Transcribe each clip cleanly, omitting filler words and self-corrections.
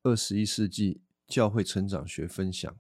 21世纪教会成长学分享。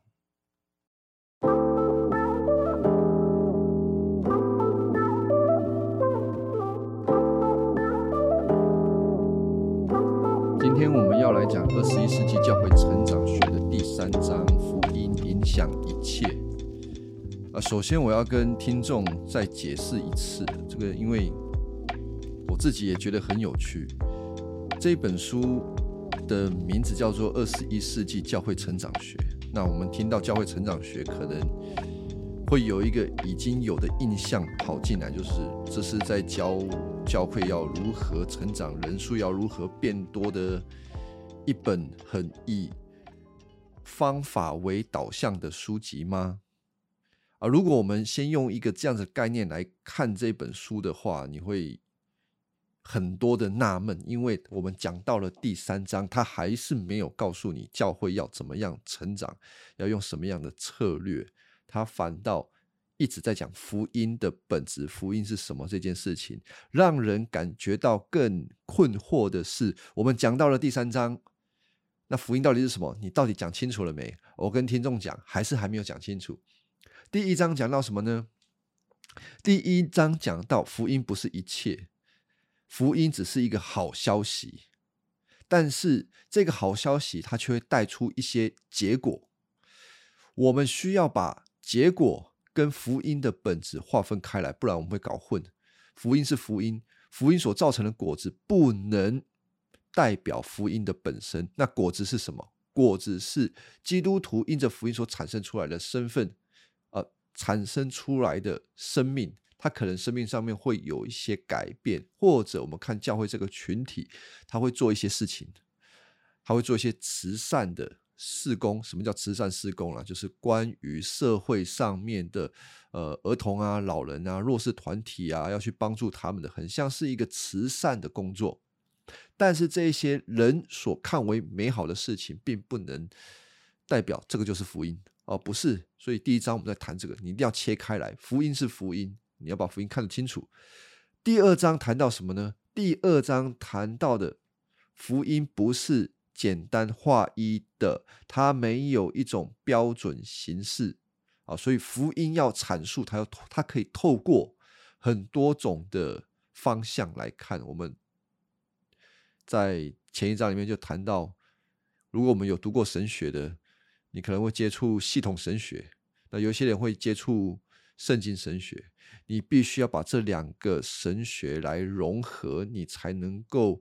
今天我们要来讲21世纪教会成长学的第3章，福音影响一切。首先我要跟听众再解释一次，这个因为我自己也觉得很有趣。这一本书的名字叫做21世纪教会成长学。那我们听到教会成长学，可能会有一个已经有的印象跑进来，就是这是在教会要如何成长，人数要如何变多的一本很以方法为导向的书籍吗？如果我们先用一个这样的概念来看这本书的话，你会很多的纳闷，因为我们讲到了第3章，他还是没有告诉你教会要怎么样成长，要用什么样的策略，他反倒一直在讲福音的本质，福音是什么这件事情。让人感觉到更困惑的是，我们讲到了第3章，那福音到底是什么？你到底讲清楚了没？我跟听众讲，还是还没有讲清楚。第1章讲到什么呢？第1章讲到福音不是一切，福音只是一个好消息，但是这个好消息它却会带出一些结果，我们需要把结果跟福音的本质划分开来，不然我们会搞混。福音是福音，福音所造成的果子不能代表福音的本身。那果子是什么？果子是基督徒因着福音所产生出来的身份，产生出来的生命，他可能生命上面会有一些改变，或者我们看教会这个群体，他会做一些事情，他会做一些慈善的事工。什么叫慈善事工呢？就是关于社会上面的儿童啊、老人啊、弱势团体啊，要去帮助他们的，很像是一个慈善的工作。但是这些人所看为美好的事情，并不能代表这个就是福音。不是。所以第1章我们在谈这个，你一定要切开来，福音是福音，你要把福音看得清楚。第2章谈到什么呢？第2章谈到的福音不是简单划一的，它没有一种标准形式，所以福音要阐述，它可以透过很多种的方向来看。我们在前1章里面就谈到，如果我们有读过神学的，你可能会接触系统神学，那有些人会接触圣经神学，你必须要把这2个神学来融合，你才能够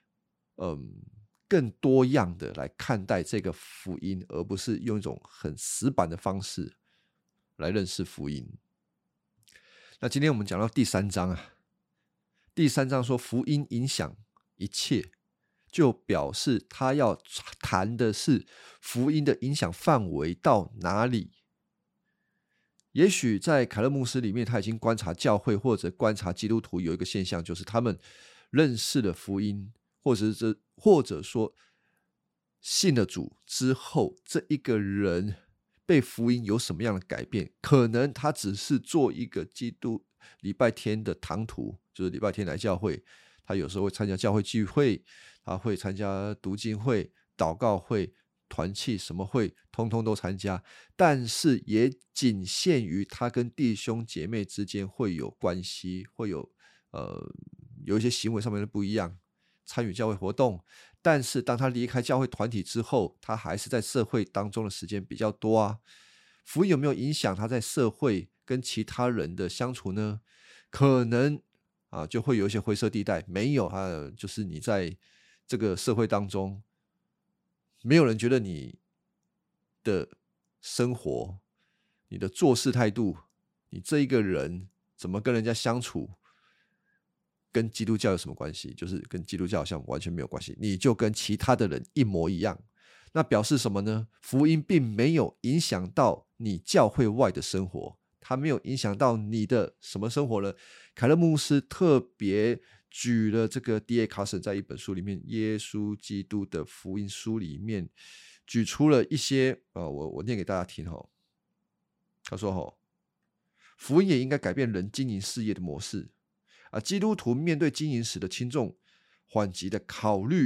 更多样的来看待这个福音，而不是用一种很死板的方式来认识福音。那今天我们讲到第3章第3章说福音影响一切，就表示他要谈的是福音的影响范围到哪里。也许在凯勒牧师里面，他已经观察教会或者观察基督徒有一个现象，就是他们认识了福音，或者说信了主之后，这一个人被福音有什么样的改变？可能他只是做一个基督礼拜天的堂徒，就是礼拜天来教会，他有时候会参加教会聚会，他会参加读经会、祷告会、团契，什么会通通都参加，但是也仅限于他跟弟兄姐妹之间会有关系，会有一些行为上面的不一样，参与教会活动。但是当他离开教会团体之后，他还是在社会当中的时间比较多福音有没有影响他在社会跟其他人的相处呢？可能就会有一些灰色地带。没有就是你在这个社会当中，没有人觉得你的生活、你的做事态度、你这一个人怎么跟人家相处，跟基督教有什么关系？就是跟基督教好像完全没有关系，你就跟其他的人一模一样。那表示什么呢？福音并没有影响到你教会外的生活，它没有影响到你的什么生活呢？凯勒牧师特别举了这个 D.A. Carson 在一本书里面，耶稣基督的福音书里面举出了一些我念给大家听他说福音也应该改变人经营事业的模式基督徒面对经营时的轻重缓急的考虑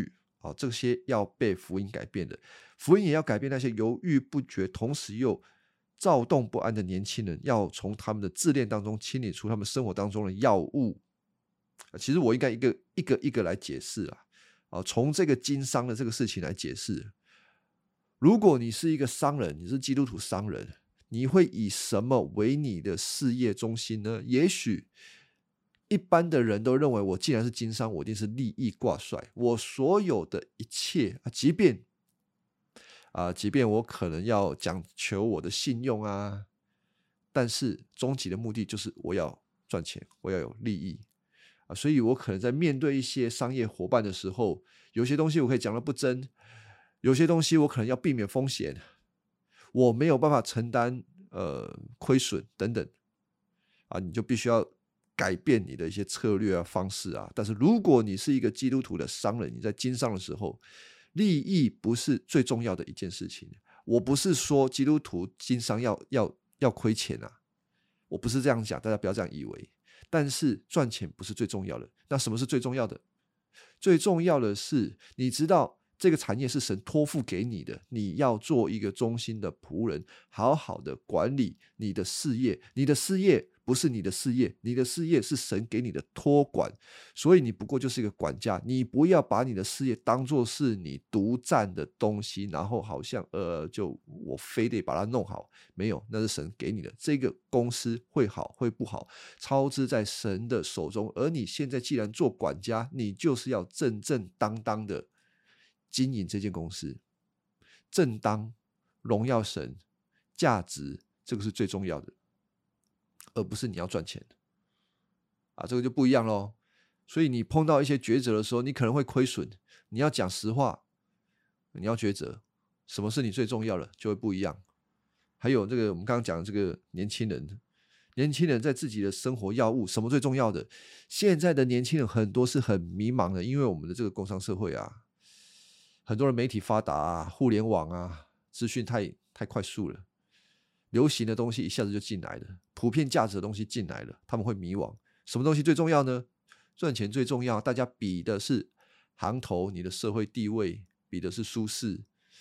这些要被福音改变的。福音也要改变那些犹豫不决同时又躁动不安的年轻人，要从他们的自恋当中清理出他们生活当中的药物。其实我应该一个来解释从这个经商的这个事情来解释。如果你是一个商人，你是基督徒商人，你会以什么为你的事业中心呢？也许一般的人都认为，我既然是经商，我一定是利益挂帅，我所有的一切即便我可能要讲求我的信用但是终极的目的就是我要赚钱，我要有利益所以我可能在面对一些商业伙伴的时候，有些东西我可以讲得不真，有些东西我可能要避免风险，我没有办法承担亏损等等你就必须要改变你的一些策略方式但是如果你是一个基督徒的商人，你在经商的时候，利益不是最重要的一件事情。我不是说基督徒经商要亏钱我不是这样讲，大家不要这样以为。但是赚钱不是最重要的。那什么是最重要的？最重要的是你知道这个产业是神托付给你的，你要做一个忠心的仆人，好好的管理你的事业。你的事业不是你的事业，你的事业是神给你的托管，所以你不过就是一个管家。你不要把你的事业当作是你独占的东西，然后好像就我非得把它弄好，没有，那是神给你的。这个公司会好会不好，操之在神的手中。而你现在既然做管家，你就是要正正当当的经营这间公司，正当荣耀神，价值，这个是最重要的，而不是你要赚钱这个就不一样咯。所以你碰到一些抉择的时候，你可能会亏损，你要讲实话，你要抉择什么是你最重要的，就会不一样。还有这个我们刚刚讲的这个年轻人在自己的生活要务什么最重要的？现在的年轻人很多是很迷茫的，因为我们的这个工商社会很多人媒体发达互联网资讯太快速了，流行的东西一下子就进来了，普遍价值的东西进来了，他们会迷惘。什么东西最重要呢？赚钱最重要，大家比的是行头，你的社会地位，比的是舒适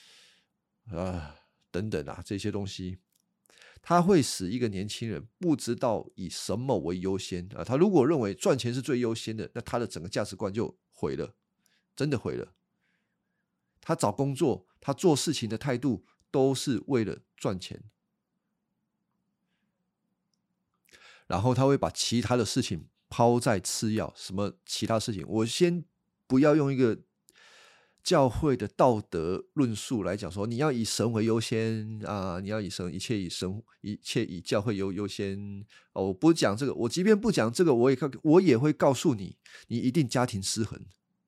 等等这些东西，它会使一个年轻人不知道以什么为优先他如果认为赚钱是最优先的，那他的整个价值观就毁了，真的毁了。他找工作，他做事情的态度都是为了赚钱，然后他会把其他的事情抛在次要。什么其他事情？我先不要用一个教会的道德论述来讲说你要以神为优先你要以神，一切以教会优先我不讲这个，我即便不讲这个，我也会告诉你，你一定家庭失衡，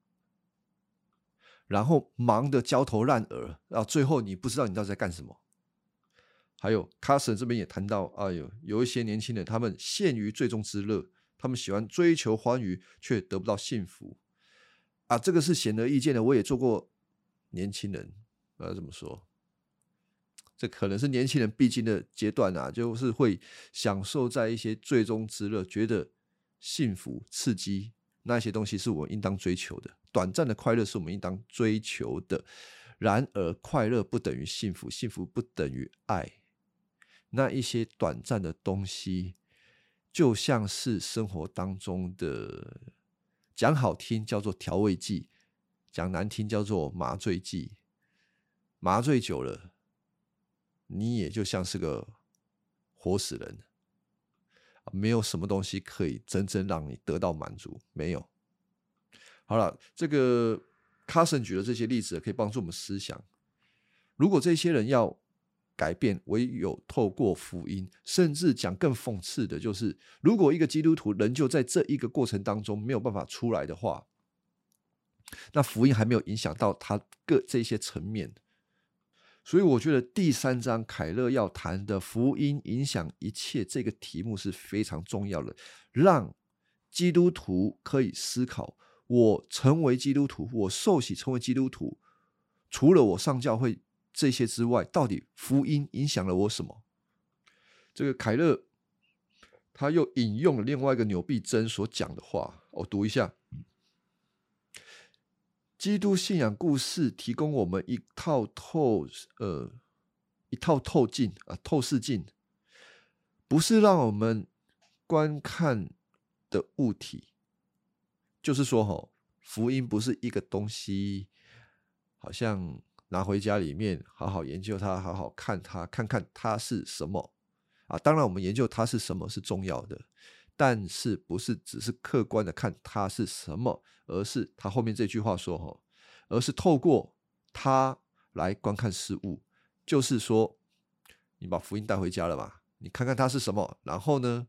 然后忙得焦头烂额最后你不知道你到底在干什么。还有Carson这边也谈到有一些年轻人他们陷于最终之乐，他们喜欢追求欢愉却得不到幸福这个是显而易见的。我也做过年轻人怎么说，这可能是年轻人必经的阶段就是会享受在一些最终之乐，觉得幸福刺激，那些东西是我们应当追求的，短暂的快乐是我们应当追求的。然而快乐不等于幸福，幸福不等于爱。那一些短暂的东西就像是生活当中的，讲好听叫做调味剂，讲难听叫做麻醉剂。麻醉久了，你也就像是个活死人，没有什么东西可以真正让你得到满足，没有。好了，这个 Carson 举的这些例子可以帮助我们思想，如果这些人要改变，唯有透过福音。甚至讲更讽刺的就是，如果一个基督徒仍旧在这一个过程当中没有办法出来的话，那福音还没有影响到他这些层面。所以我觉得第3章凯勒要谈的福音影响一切这个题目是非常重要的，让基督徒可以思考，我成为基督徒，我受洗成为基督徒，除了我上教会这些之外，到底福音影响了我什么？这个凯勒他又引用了另外一个纽必真所讲的话，我读一下。 基督信仰故事提供我们一套透镜透视镜，不是让我们观看的物体。就是说福音不是一个东西，好像拿回家里面好好研究它，好好看它，看看它是什么当然我们研究它是什么是重要的，但是不是只是客观的看它是什么，而是他后面这句话说而是透过它来观看事物。就是说你把福音带回家了嘛，你看看它是什么，然后呢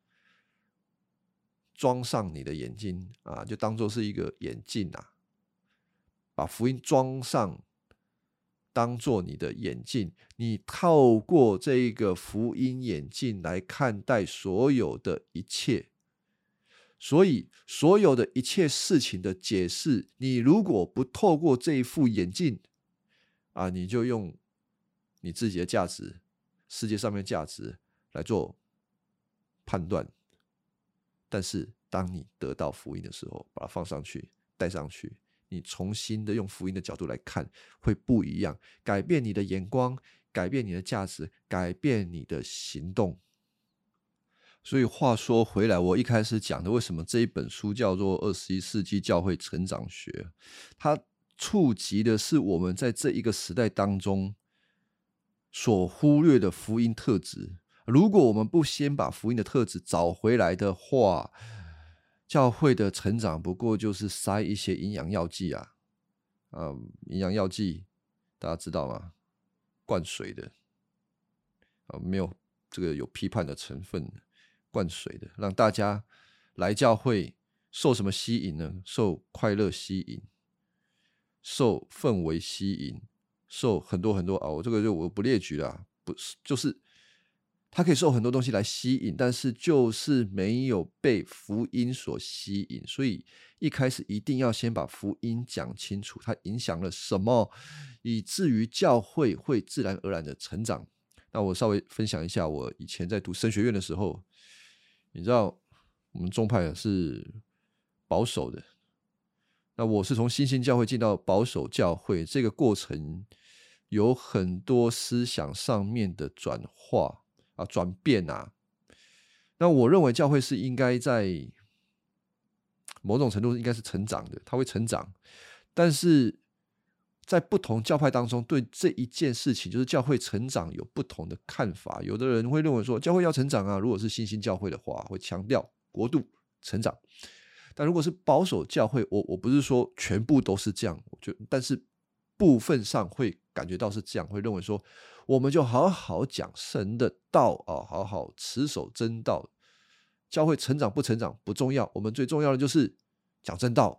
装上你的眼睛就当作是一个眼镜把福音装上当作你的眼镜，你透过这个福音眼镜来看待所有的一切。所以所有的一切事情的解释，你如果不透过这一副眼镜你就用你自己的价值，世界上面的价值来做判断。但是当你得到福音的时候，把它放上去，带上去，你重新的用福音的角度来看，会不一样，改变你的眼光，改变你的价值，改变你的行动。所以话说回来，我一开始讲的为什么这一本书叫做21世纪教会成长学，它触及的是我们在这一个时代当中所忽略的福音特质。如果我们不先把福音的特质找回来的话，教会的成长不过就是塞一些营养药剂营养药剂大家知道吗？灌水的没有这个有批判的成分，灌水的，让大家来教会受什么吸引呢？受快乐吸引，受氛围吸引，受很多很多我这个我不列举了不是，就是它可以受很多东西来吸引，但是就是没有被福音所吸引。所以一开始一定要先把福音讲清楚，它影响了什么，以至于教会会自然而然的成长。那我稍微分享一下，我以前在读神学院的时候，你知道我们宗派是保守的，那我是从新兴教会进到保守教会，这个过程有很多思想上面的转化转变那我认为教会是应该在某种程度应该是成长的，它会成长，但是在不同教派当中对这一件事情，就是教会成长有不同的看法。有的人会认为说教会要成长如果是新兴教会的话会强调国度成长，但如果是保守教会，我不是说全部都是这样，但是部分上会感觉到是这样，会认为说我们就好好讲神的道好好持守真道，教会成长不成长不重要，我们最重要的就是讲真道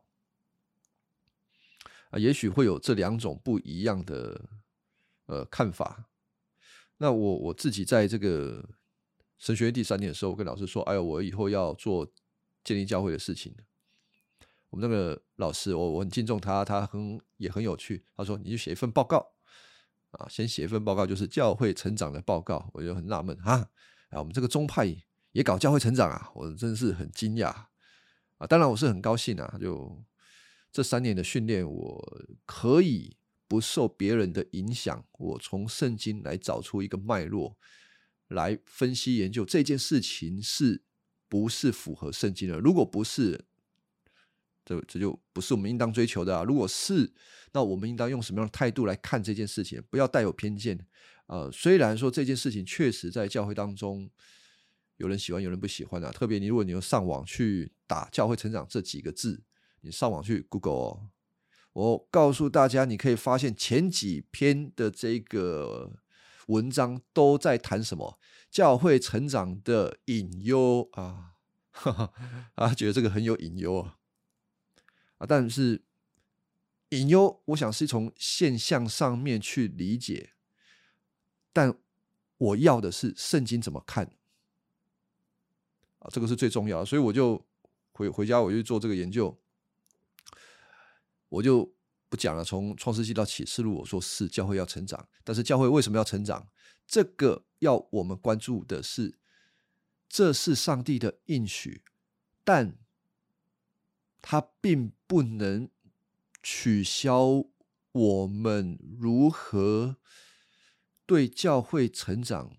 也许会有这两种不一样的看法。那我自己在这个神学院第3年的时候，我跟老师说我以后要做建立教会的事情。我们那个老师我很敬重他，也很有趣，他说你就写一份报告先写一份报告，就是教会成长的报告。我就很纳闷我们这个宗派也搞教会成长我真是很惊讶当然我是很高兴就这3年的训练，我可以不受别人的影响，我从圣经来找出一个脉络，来分析研究这件事情是不是符合圣经的。如果不是，这就不是我们应当追求的如果是，那我们应当用什么样的态度来看这件事情，不要带有偏见虽然说这件事情确实在教会当中有人喜欢有人不喜欢特别如果你用上网去打教会成长这几个字，你上网去 Google 我告诉大家，你可以发现前几篇的这个文章都在谈什么？教会成长的隐忧觉得这个很有隐忧但是隐忧我想是从现象上面去理解，但我要的是圣经怎么看这个是最重要的。所以我就回家我就做这个研究，我就不讲了，从创世纪到启示录我说是教会要成长，但是教会为什么要成长，这个要我们关注的是这是上帝的应许，但它并不能取消我们如何对教会成长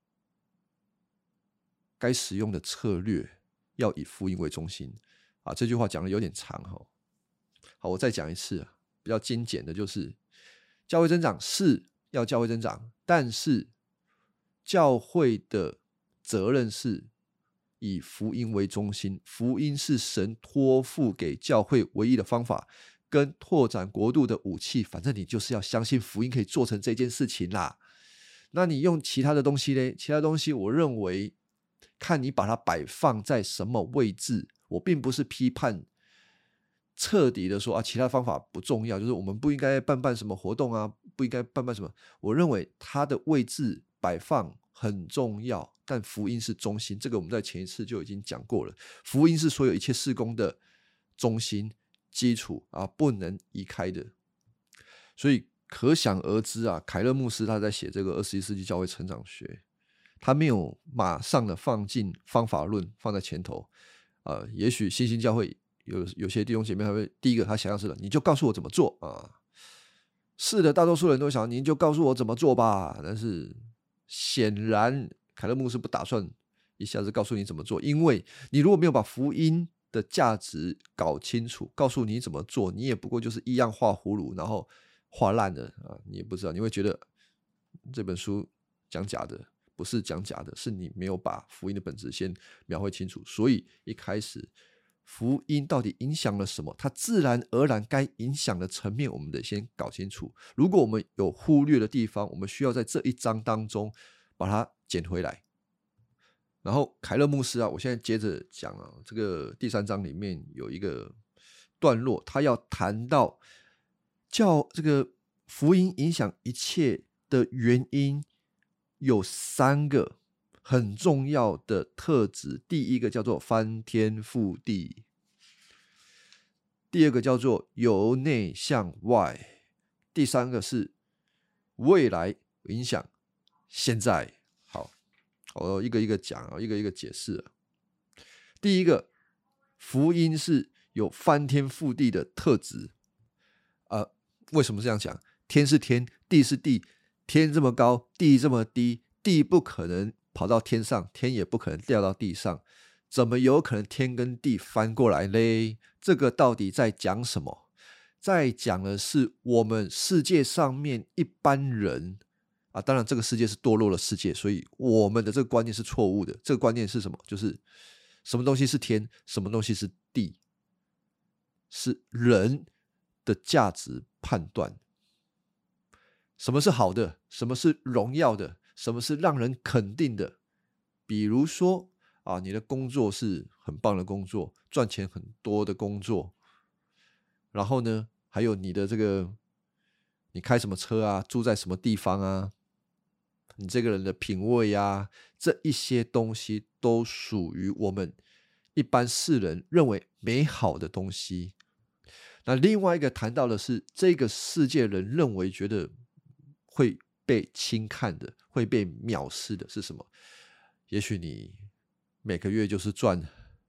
该使用的策略，要以福音为中心啊。这句话讲的有点长哈。好，我再讲一次，比较精简的就是，教会增长是要教会增长，但是教会的责任是以福音为中心，福音是神托付给教会唯一的方法跟拓展国度的武器，反正你就是要相信福音可以做成这件事情啦。那你用其他的东西呢？其他东西我认为看你把它摆放在什么位置。我并不是批判彻底的说其他方法不重要，就是我们不应该办什么活动啊，不应该办什么。我认为它的位置摆放很重要，但福音是中心，这个我们在前一次就已经讲过了。福音是所有一切事工的中心基础不能移开的。所以可想而知凯勒牧师他在写这个21世纪教会成长学，他没有马上的放进方法论放在前头。也许新兴教会有些弟兄姐妹，他会第一个他想要是你就告诉我怎么做是的，大多数人都想您就告诉我怎么做吧。但是显然凯勒牧师不打算一下子告诉你怎么做，因为你如果没有把福音的价值搞清楚，告诉你怎么做，你也不过就是一样画葫芦，然后画烂了你也不知道，你会觉得这本书讲假的。不是讲假的，是你没有把福音的本质先描绘清楚。所以一开始福音到底影响了什么，它自然而然该影响的层面我们得先搞清楚。如果我们有忽略的地方，我们需要在这一章当中把它捡回来。然后凯勒牧师我现在接着讲这个第3章里面有一个段落，他要谈到这个福音影响一切的原因有3个很重要的特质。第一个叫做翻天覆地，第二个叫做由内向外，第3个是未来影响现在。好，我一个一个讲一个一个解释。第一个，福音是有翻天覆地的特质为什么这样讲？天是天，地是地，天这么高，地这么低，地不可能跑到天上，天也不可能掉到地上，怎么有可能天跟地翻过来嘞？这个到底在讲什么？在讲的是我们世界上面一般人当然这个世界是堕落的世界，所以我们的这个观念是错误的。这个观念是什么？就是什么东西是天，什么东西是地，是人的价值判断。什么是好的，什么是荣耀的，什么是让人肯定的。比如说你的工作是很棒的工作，赚钱很多的工作，然后呢还有你的这个你开什么车住在什么地方你这个人的品味这一些东西都属于我们一般世人认为美好的东西。那另外一个谈到的是这个世界人认为觉得会被轻看的，会被藐视的是什么？也许你每个月就是赚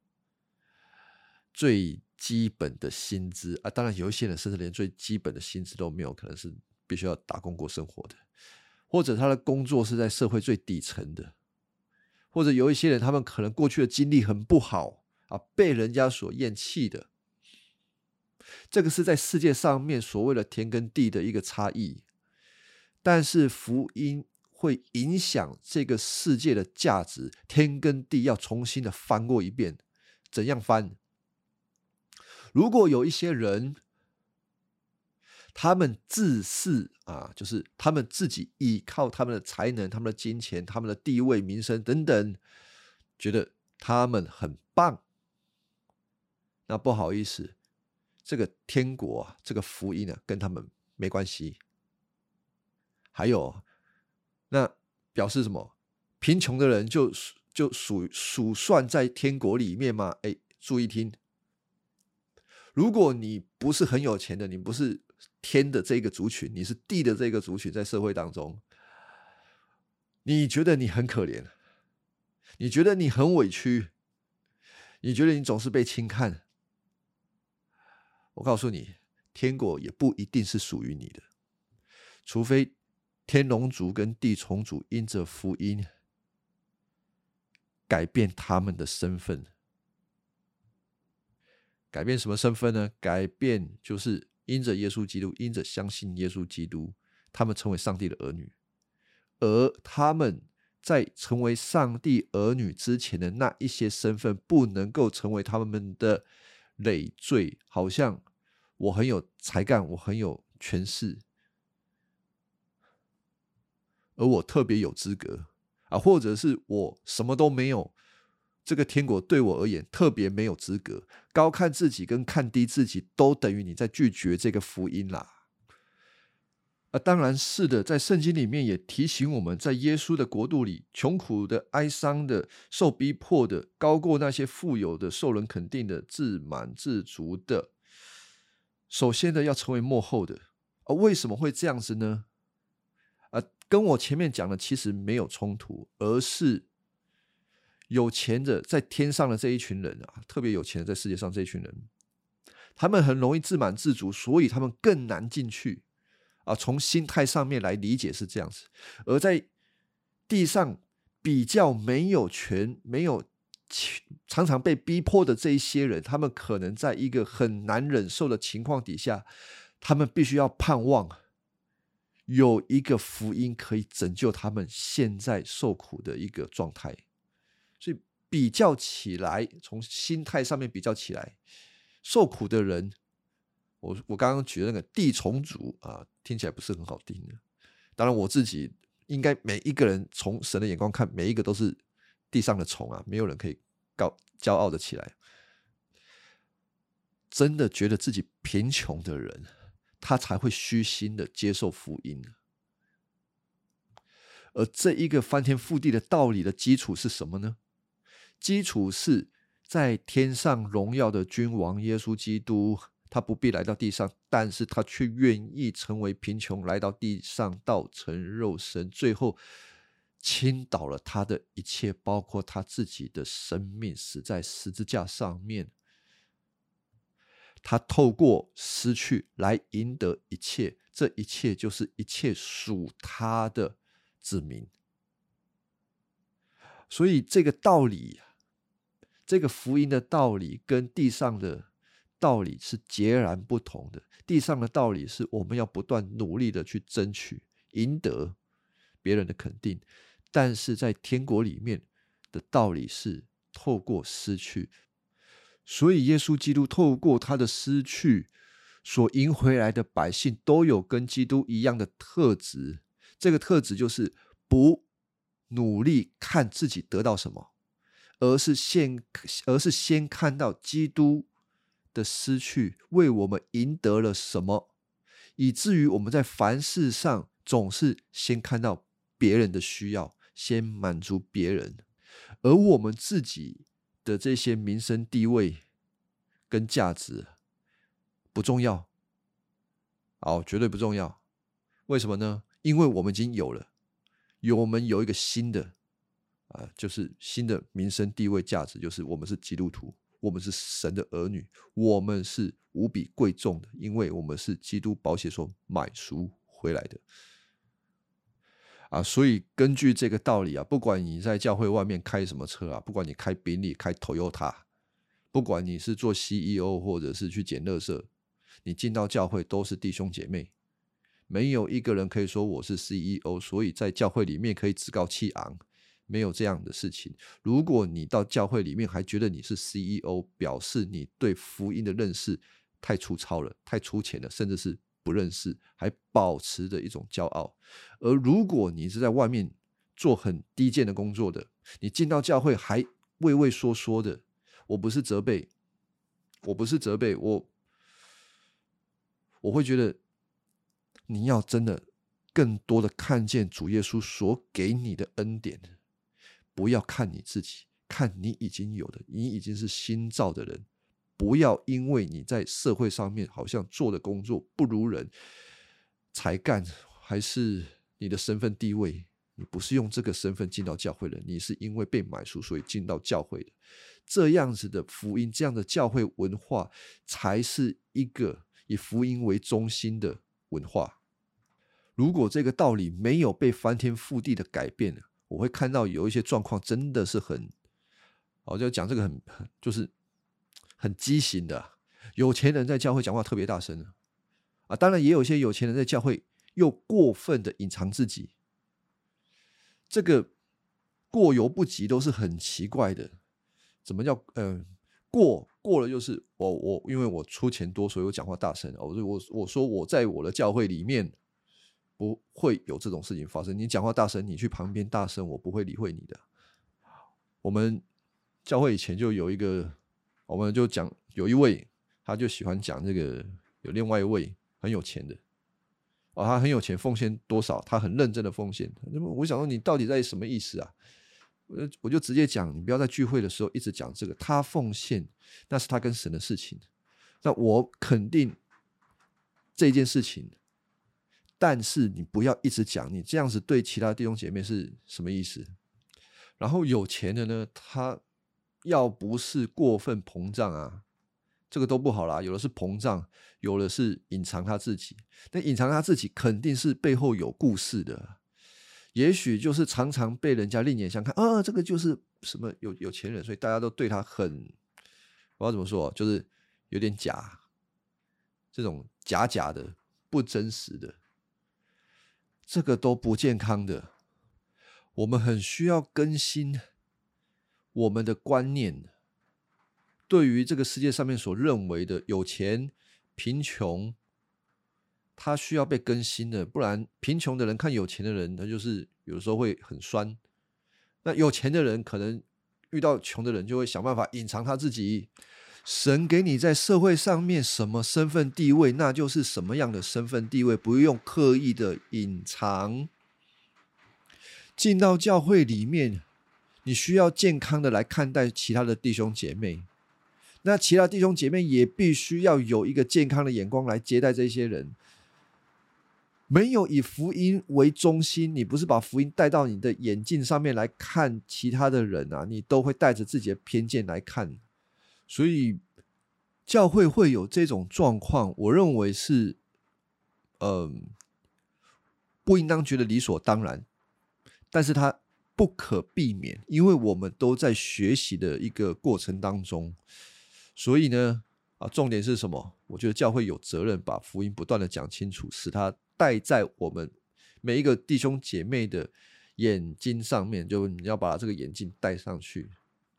最基本的薪资当然有一些人甚至连最基本的薪资都没有，可能是必须要打工过生活的，或者他的工作是在社会最底层的，或者有一些人他们可能过去的经历很不好被人家所厌弃的。这个是在世界上面所谓的天跟地的一个差异。但是福音会影响这个世界的价值，天跟地要重新的翻过一遍。怎样翻？如果有一些人他们自恃就是他们自己依靠他们的才能，他们的金钱，他们的地位名声等等，觉得他们很棒，那不好意思，这个天国这个福音跟他们没关系。还有那表示什么？贫穷的人就数算在天国里面吗？注意听，如果你不是很有钱的，你不是天的这个族群，你是地的这个族群，在社会当中你觉得你很可怜，你觉得你很委屈，你觉得你总是被轻看，我告诉你， 天国也不一定是属于你的，除非天龙族跟地虫族因着福音改变他们的身份。改变什么身份呢？改变就是因着耶稣基督，因着相信耶稣基督，他们成为上帝的儿女，而他们在成为上帝儿女之前的那一些身份不能够成为他们的累赘，好像我很有才干，我很有权势，而我特别有资格或者是我什么都没有，这个天国对我而言特别没有资格，高看自己跟看低自己都等于你在拒绝这个福音啦。当然是的，在圣经里面也提醒我们，在耶稣的国度里，穷苦的、哀伤的、受逼迫的，高过那些富有的、受人肯定的、自满自足的，首先的要成为末后的。为什么会这样子呢？跟我前面讲的其实没有冲突，而是有钱的在天上的这一群人特别有钱的在世界上这一群人，他们很容易自满自足，所以他们更难进去从心态上面来理解是这样子。而在地上比较没有权、没有常常被逼迫的这一些人，他们可能在一个很难忍受的情况底下，他们必须要盼望有一个福音可以拯救他们现在受苦的一个状态。所以比较起来，从心态上面比较起来，受苦的人，我刚刚举的那个地虫族听起来不是很好听的。当然我自己应该每一个人从神的眼光看，每一个都是地上的虫没有人可以骄傲的起来。真的觉得自己贫穷的人，他才会虚心的接受福音。而这一个翻天覆地的道理的基础是什么呢？基础是在天上荣耀的君王耶稣基督，他不必来到地上，但是他却愿意成为贫穷，来到地上，道成肉身，最后倾倒了他的一切，包括他自己的生命，死在十字架上面。他透过失去来赢得一切，这一切就是一切属他的子民。所以这个道理，这个福音的道理跟地上的道理是截然不同的。地上的道理是我们要不断努力的去争取赢得别人的肯定，但是在天国里面的道理是透过失去。所以耶稣基督透过他的失去所赢回来的百姓都有跟基督一样的特质，这个特质就是不努力看自己得到什么，而是先看到基督的失去为我们赢得了什么，以至于我们在凡事上总是先看到别人的需要，先满足别人，而我们自己的这些名声地位跟价值不重要，绝对不重要。为什么呢？因为我们已经有了，我们有一个新的就是新的名声地位价值，就是我们是基督徒，我们是神的儿女，我们是无比贵重的，因为我们是基督宝血所买赎回来的所以根据这个道理不管你在教会外面开什么车不管你开宾利开 Toyota， 不管你是做 CEO 或者是去捡垃圾，你进到教会都是弟兄姐妹，没有一个人可以说我是 CEO， 所以在教会里面可以趾高气昂，没有这样的事情。如果你到教会里面还觉得你是 CEO， 表示你对福音的认识太粗糙了，太粗浅了，甚至是不认识，还保持着一种骄傲。而如果你是在外面做很低贱的工作的，你进到教会还畏畏缩缩的，我不是责备，我会觉得你要真的更多的看见主耶稣所给你的恩典，不要看你自己，看你已经有的，你已经是新造的人。不要因为你在社会上面好像做的工作不如人，才干还是你的身份地位，你不是用这个身份进到教会的，你是因为被买赎所以进到教会的。这样子的福音，这样的教会文化才是一个以福音为中心的文化。如果这个道理没有被翻天覆地的改变，我会看到有一些状况真的是我就讲这个就是很畸形的。有钱人在教会讲话特别大声当然也有一些有钱人在教会又过分的隐藏自己，这个过犹不及都是很奇怪的。怎么叫过了就是因为我出钱多，所以我讲话大声。我说我在我的教会里面不会有这种事情发生。你讲话大声，你去旁边大声，我不会理会你的。我们教会以前就有一个，我们就讲有一位，他就喜欢讲这个，有另外一位很有钱的他很有钱，奉献多少，他很认真的奉献。我想说你到底在什么意思啊？我就直接讲，你不要在聚会的时候一直讲这个。他奉献那是他跟神的事情，那我肯定这件事情，但是你不要一直讲，你这样子对其他弟兄姐妹是什么意思？然后有钱的呢，他要不是过分膨胀这个都不好啦。有的是膨胀，有的是隐藏他自己。但隐藏他自己肯定是背后有故事的，也许就是常常被人家另眼相看这个就是什么有钱人，所以大家都对他很，我要怎么说，就是有点假，这种假的不真实的，这个都不健康的。我们很需要更新我们的观念，对于这个世界上面所认为的有钱贫穷，它需要被更新的。不然贫穷的人看有钱的人，他就是有时候会很酸。那有钱的人可能遇到穷的人就会想办法隐藏他自己。神给你在社会上面什么身份地位，那就是什么样的身份地位，不用刻意的隐藏。进到教会里面，你需要健康的来看待其他的弟兄姐妹，那其他弟兄姐妹也必须要有一个健康的眼光来接待这些人。没有以福音为中心，你不是把福音带到你的眼镜上面来看其他的人你都会带着自己的偏见来看。所以教会会有这种状况，我认为是不应当觉得理所当然，但是它不可避免，因为我们都在学习的一个过程当中。所以呢重点是什么？我觉得教会有责任把福音不断的讲清楚，使它带在我们每一个弟兄姐妹的眼睛上面，就你要把这个眼镜戴上去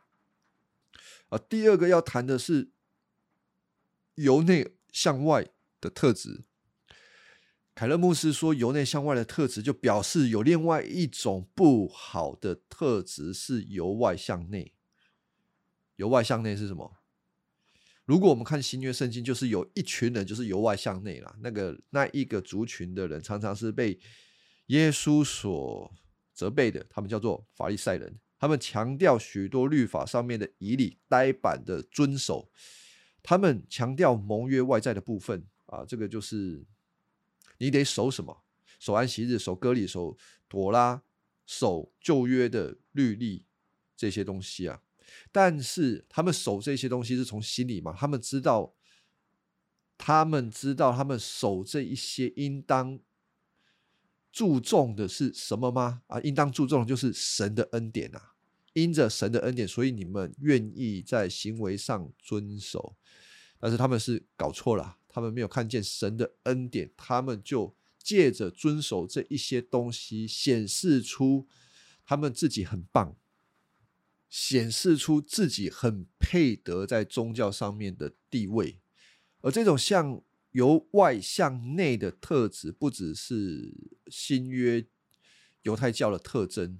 第二个要谈的是由内向外的特质。凯勒牧师说，由内向外的特质就表示有另外一种不好的特质是由外向内。由外向内是什么？如果我们看新约圣经，就是有一群人就是由外向内啦。那一个族群的人常常是被耶稣所责备的，他们叫做法利赛人。他们强调许多律法上面的仪礼呆板的遵守，他们强调盟约外在的部分这个就是你得守什么？守安息日，守割礼，守妥拉，守旧约的律例，这些东西但是他们守这些东西是从心里嘛？他们知道他们守这一些应当注重的是什么吗？应当注重的就是神的恩典因着神的恩典，所以你们愿意在行为上遵守。但是他们是搞错了，他们没有看见神的恩典，他们就借着遵守这一些东西，显示出他们自己很棒，显示出自己很配得在宗教上面的地位。而这种由外向内的特质，不只是新约犹太教的特征，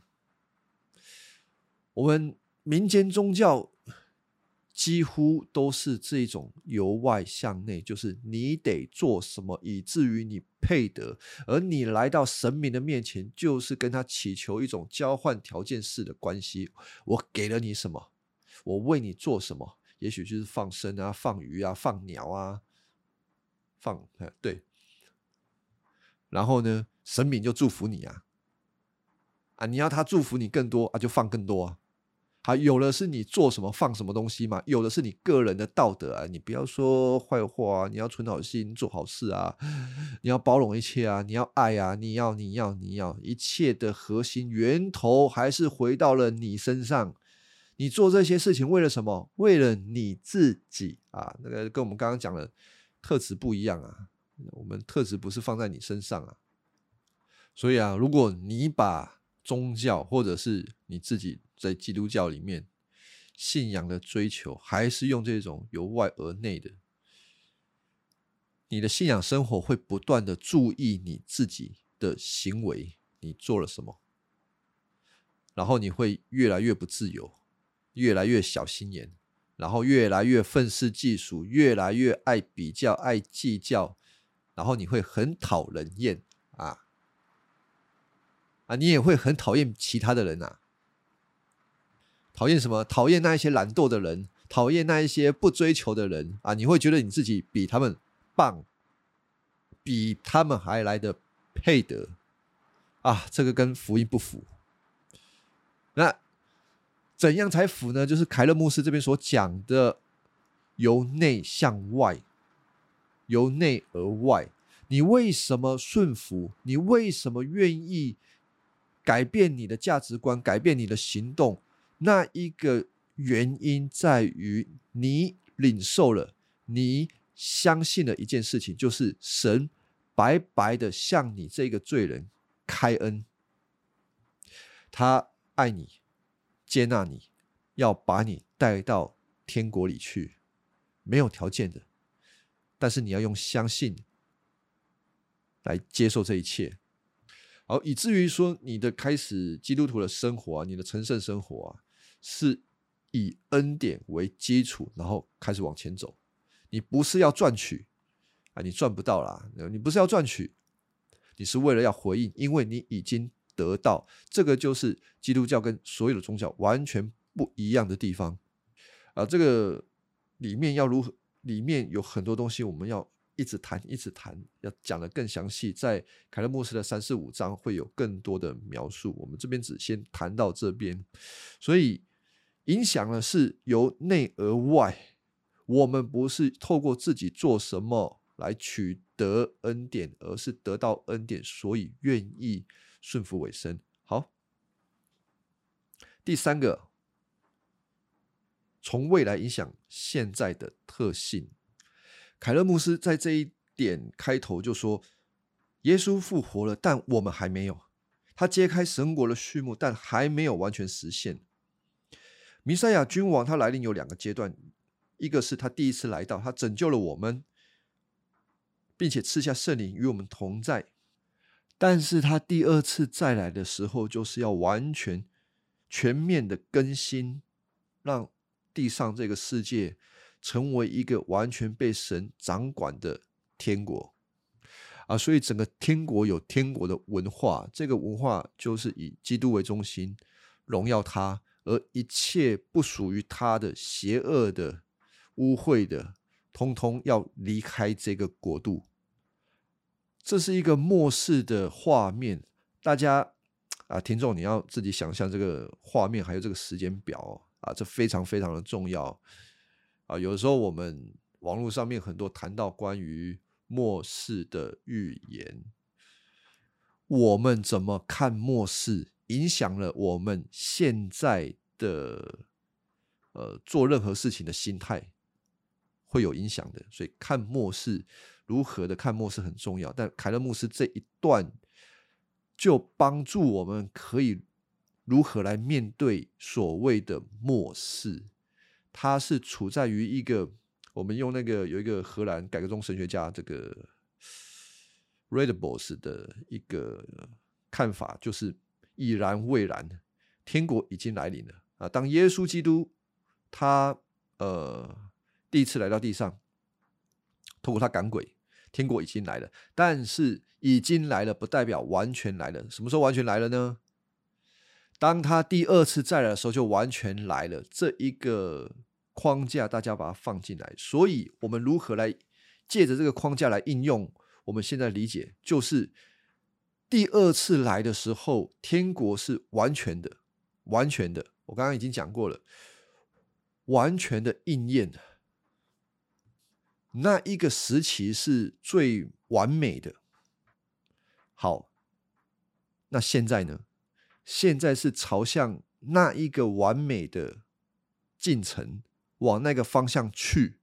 我们民间宗教几乎都是这种由外向内，就是你得做什么以至于你配得，而你来到神明的面前就是跟他祈求一种交换条件式的关系。我给了你什么，我为你做什么，也许就是放生放鱼放鸟对，然后呢神明就祝福你你要他祝福你更多就放更多有的是你做什么放什么东西嘛，有的是你个人的道德啊，你不要说坏话啊，你要存好心做好事啊，你要包容一切啊，你要爱啊，你要一切的核心源头还是回到了你身上。你做这些事情为了什么？为了你自己啊，那个跟我们刚刚讲的特质不一样啊，我们特质不是放在你身上啊。所以啊，如果你把宗教或者是你自己在基督教里面信仰的追求还是用这种由外而内的，你的信仰生活会不断的注意你自己的行为，你做了什么，然后你会越来越不自由，越来越小心眼，然后越来越愤世嫉俗，越来越爱比较爱计较，然后你会很讨人厌你也会很讨厌其他的人啊。讨厌什么？讨厌那一些懒惰的人，讨厌那一些不追求的人啊！你会觉得你自己比他们棒，比他们还来得配得啊！这个跟福音不符。那怎样才符呢？就是凯勒牧师这边所讲的，由内向外，由内而外。你为什么顺服？你为什么愿意改变你的价值观，改变你的行动？那一个原因在于你领受了，你相信了一件事情，就是神白白的向你这个罪人开恩，他爱你，接纳你，要把你带到天国里去，没有条件的，但是你要用相信来接受这一切。好，以至于说你的开始基督徒的生活你的成圣生活是以恩典为基础，然后开始往前走。你不是要赚取你赚不到啦，你不是要赚取，你是为了要回应，因为你已经得到。这个就是基督教跟所有的宗教完全不一样的地方这个里面有很多东西我们要一直谈，要讲得更详细，在凯勒牧师的345章会有更多的描述，我们这边只先谈到这边。所以影响的是由内而外，我们不是透过自己做什么来取得恩典，而是得到恩典，所以愿意顺服委身。好，第三个，从未来影响现在的特性。凯勒牧师在这一点开头就说，耶稣复活了，但我们还没有。他揭开神国的序幕，但还没有完全实现。弥赛亚君王他来临有2个阶段，一个是他第一次来到，他拯救了我们，并且赐下圣灵与我们同在。但是他第2次再来的时候，就是要完全全面的更新，让地上这个世界成为一个完全被神掌管的天国所以整个天国有天国的文化，这个文化就是以基督为中心，荣耀他，而一切不属于他的邪恶的污秽的通通要离开这个国度。这是一个末世的画面，大家听众你要自己想象这个画面还有这个时间表这非常非常的重要有的时候我们网络上面很多谈到关于末世的预言，我们怎么看末世影响了我们现在的做任何事情的心态会有影响的。所以看末世，如何的看末世很重要。但凯勒牧师这一段就帮助我们可以如何来面对所谓的末世。它是处在于一个，我们用有一个荷兰改革宗神学家这个 Redbos 的一个看法，就是已然未然，天国已经来临了当耶稣基督他第一次来到地上，透过他赶鬼，天国已经来了。但是已经来了不代表完全来了。什么时候完全来了呢？当他第2次再来的时候就完全来了。这一个框架大家把它放进来，所以我们如何来借着这个框架来应用我们现在理解，就是第2次来的时候天国是完全的，完全的我刚刚已经讲过了，完全的应验。那一个时期是最完美的。好，那现在呢？现在是朝向那一个完美的进程，往那个方向去。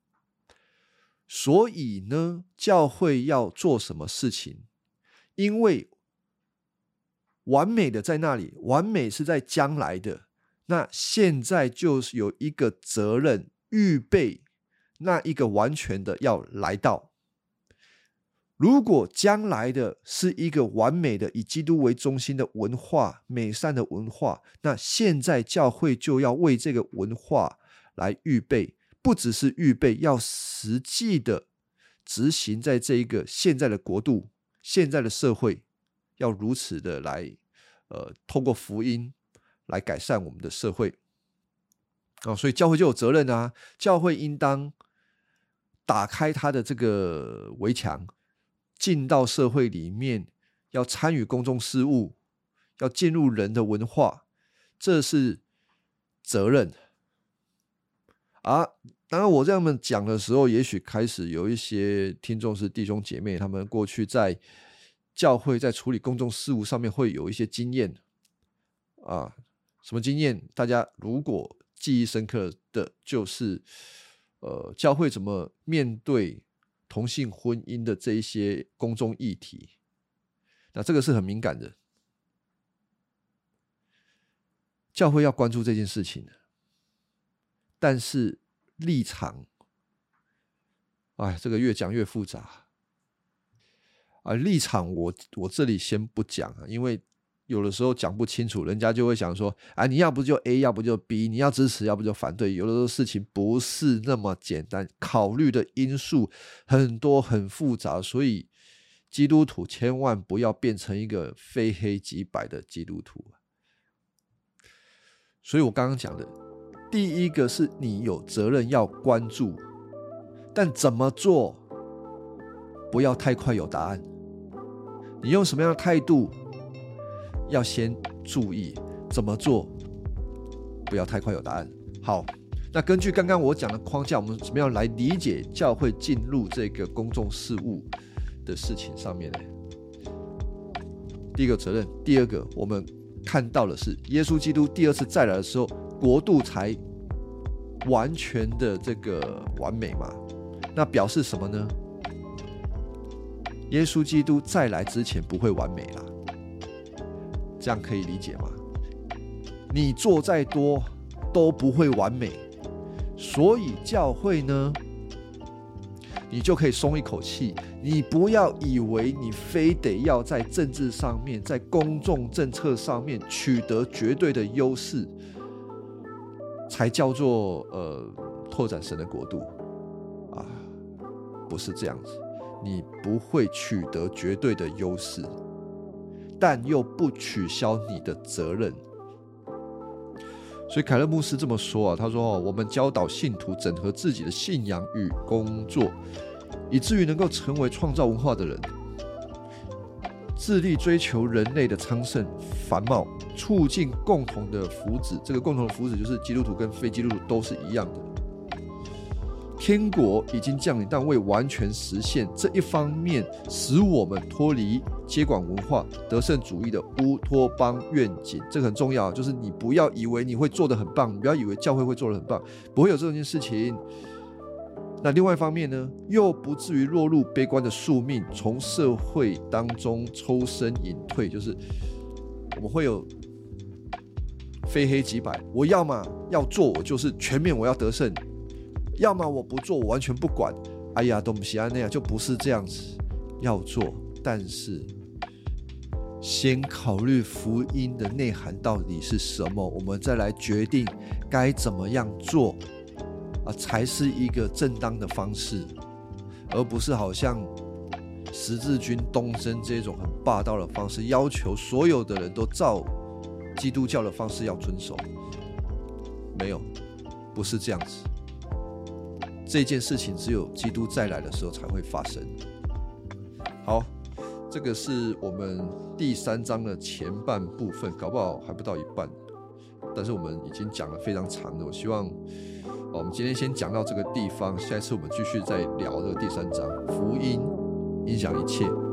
所以呢，教会要做什么事情？因为完美的在那里，完美是在将来的。那现在就是有一个责任，预备那一个完全的要来到。如果将来的是一个完美的以基督为中心的文化，美善的文化，那现在教会就要为这个文化来预备，不只是预备，要实际的执行在这一个现在的国度，现在的社会，要如此的来透过福音来改善我们的社会。所以教会就有责任啊，教会应当打开它的这个围墙，进到社会里面，要参与公众事务，要进入人的文化，这是责任啊。当然我这样讲的时候，也许开始有一些听众是弟兄姐妹，他们过去在教会在处理公众事务上面会有一些经验啊。什么经验？大家如果记忆深刻的就是教会怎么面对同性婚姻的这一些公众议题，那这个是很敏感的，教会要关注这件事情，但是立场，这个越讲越复杂立场我这里先不讲因为有的时候讲不清楚，人家就会想说你要不就 A 要不就 B， 你要支持要不就反对。有的时候事情不是那么简单，考虑的因素很多很复杂，所以基督徒千万不要变成一个非黑即白的基督徒。所以我刚刚讲的第一个是你有责任要关注，但怎么做不要太快有答案，你用什么样的态度要先注意，怎么做不要太快有答案。好，那根据刚刚我讲的框架，我们怎么样来理解教会进入这个公众事务的事情上面呢？第一个责任，第二个我们看到的是耶稣基督第二次再来的时候，国度才完全的这个完美嘛。那表示什么呢？耶稣基督再来之前不会完美啦，这样可以理解吗？你做再多都不会完美，所以教会呢，你就可以松一口气。你不要以为你非得要在政治上面，在公众政策上面取得绝对的优势，才叫做拓展神的国度不是这样子。你不会取得绝对的优势，但又不取消你的责任。所以凯勒牧师这么说他说我们教导信徒整合自己的信仰与工作，以至于能够成为创造文化的人，致力追求人类的昌盛繁茂，促进共同的福祉。这个共同的福祉就是基督徒跟非基督徒都是一样的。天国已经降临，但未完全实现。这一方面使我们脱离接管文化得胜主义的乌托邦愿景，这个很重要。就是你不要以为你会做得很棒，你不要以为教会会做得很棒，不会有这件事情。那另外一方面呢，又不至于落入悲观的宿命，从社会当中抽身隐退。就是我们会有非黑即白，我要么要做，我就是全面我要得胜，要么我不做，我完全不管。都不是那样，就不是这样子。要做，但是先考虑福音的内涵到底是什么，我们再来决定该怎么样做才是一个正当的方式，而不是好像十字军东征这种很霸道的方式，要求所有的人都照基督教的方式要遵守。没有，不是这样子。这件事情只有基督再来的时候才会发生。好，这个是我们第3章的前半部分，搞不好还不到一半。 但是我们已经讲了非常长的，我希望我们今天先讲到这个地方，下一次我们继续再聊这个第3章福音影响一切。